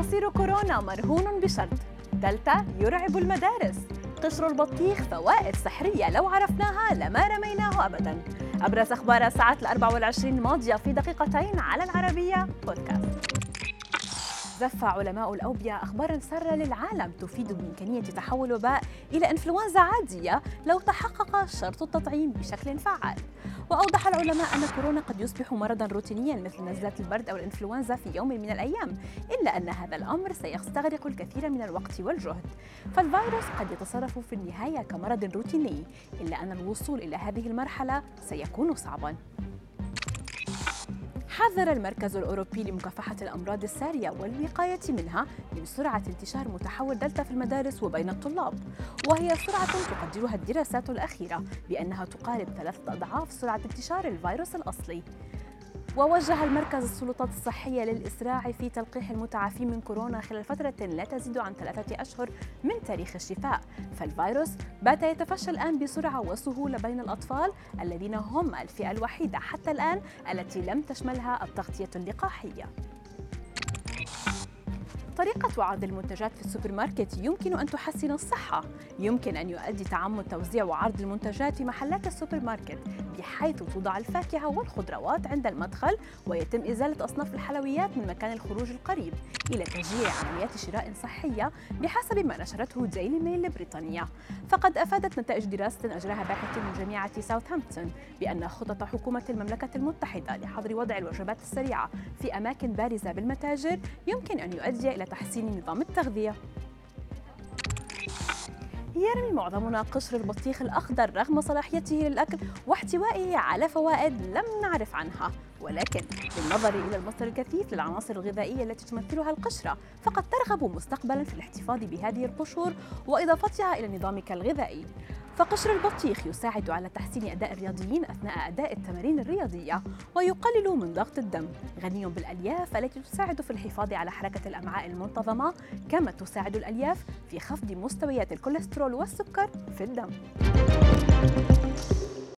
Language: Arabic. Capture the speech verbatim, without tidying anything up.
مصير كورونا مرهون بشرط دلتا يرعب المدارس. قشر البطيخ فوائد سحرية لو عرفناها لما رميناه أبداً. أبرز أخبار الساعات الأربع والعشرين الماضية في دقيقتين على العربية بودكاست. زف علماء الأوبئة أخباراً سارة للعالم تفيد بإمكانية تحول الوباء إلى إنفلونزا عادية لو تحقق شرط التطعيم بشكل فعال. وأوضح العلماء أن كورونا قد يصبح مرضاً روتينياً مثل نزلات البرد أو الإنفلونزا في يوم من الأيام، إلا أن هذا الأمر سيستغرق الكثير من الوقت والجهد. فالفيروس قد يتصرف في النهاية كمرض روتيني، إلا أن الوصول إلى هذه المرحلة سيكون صعباً. حذر المركز الأوروبي لمكافحة الأمراض السارية والوقاية منها من سرعة انتشار متحور دلتا في المدارس وبين الطلاب، وهي سرعة تقدرها الدراسات الأخيرة بأنها تقارب ثلاثة أضعاف سرعة انتشار الفيروس الأصلي. ووجه المركز السلطات الصحية للإسراع في تلقيح المتعافين من كورونا خلال فترة لا تزيد عن ثلاثة أشهر من تاريخ الشفاء، فالفيروس بات يتفشى الآن بسرعة وسهولة بين الأطفال الذين هم الفئة الوحيدة حتى الآن التي لم تشملها التغطية اللقاحية. طريقة وعرض المنتجات في السوبر ماركت يمكن أن تحسن الصحة. يمكن أن يؤدي تعمد توزيع وعرض المنتجات في محلات السوبر ماركت بحيث توضع الفاكهة والخضروات عند المدخل ويتم إزالة أصناف الحلويات من مكان الخروج القريب إلى تشجيع عمليات شراء صحية بحسب ما نشرته ديلي ميل البريطانية. فقد أفادت نتائج دراسة أجراها باحث من جامعة ساوثهامبتون بأن خطط حكومة المملكة المتحدة لحظر وضع الوجبات السريعة في أماكن بارزة بالمتاجر يمكن أن يؤدي إلى تحسين نظام التغذية. يرمي معظمنا قشر البطيخ الأخضر رغم صلاحيته للأكل واحتوائه على فوائد لم نعرف عنها، ولكن بالنظر إلى المصدر الكثيف للعناصر الغذائية التي تمثلها القشرة فقد ترغب مستقبلاً في الاحتفاظ بهذه القشور وإضافتها إلى نظامك الغذائي. فقشر البطيخ يساعد على تحسين أداء الرياضيين أثناء أداء التمارين الرياضية ويقلل من ضغط الدم، غني بالألياف التي تساعد في الحفاظ على حركة الأمعاء المنتظمة، كما تساعد الألياف في خفض مستويات الكوليسترول والسكر في الدم.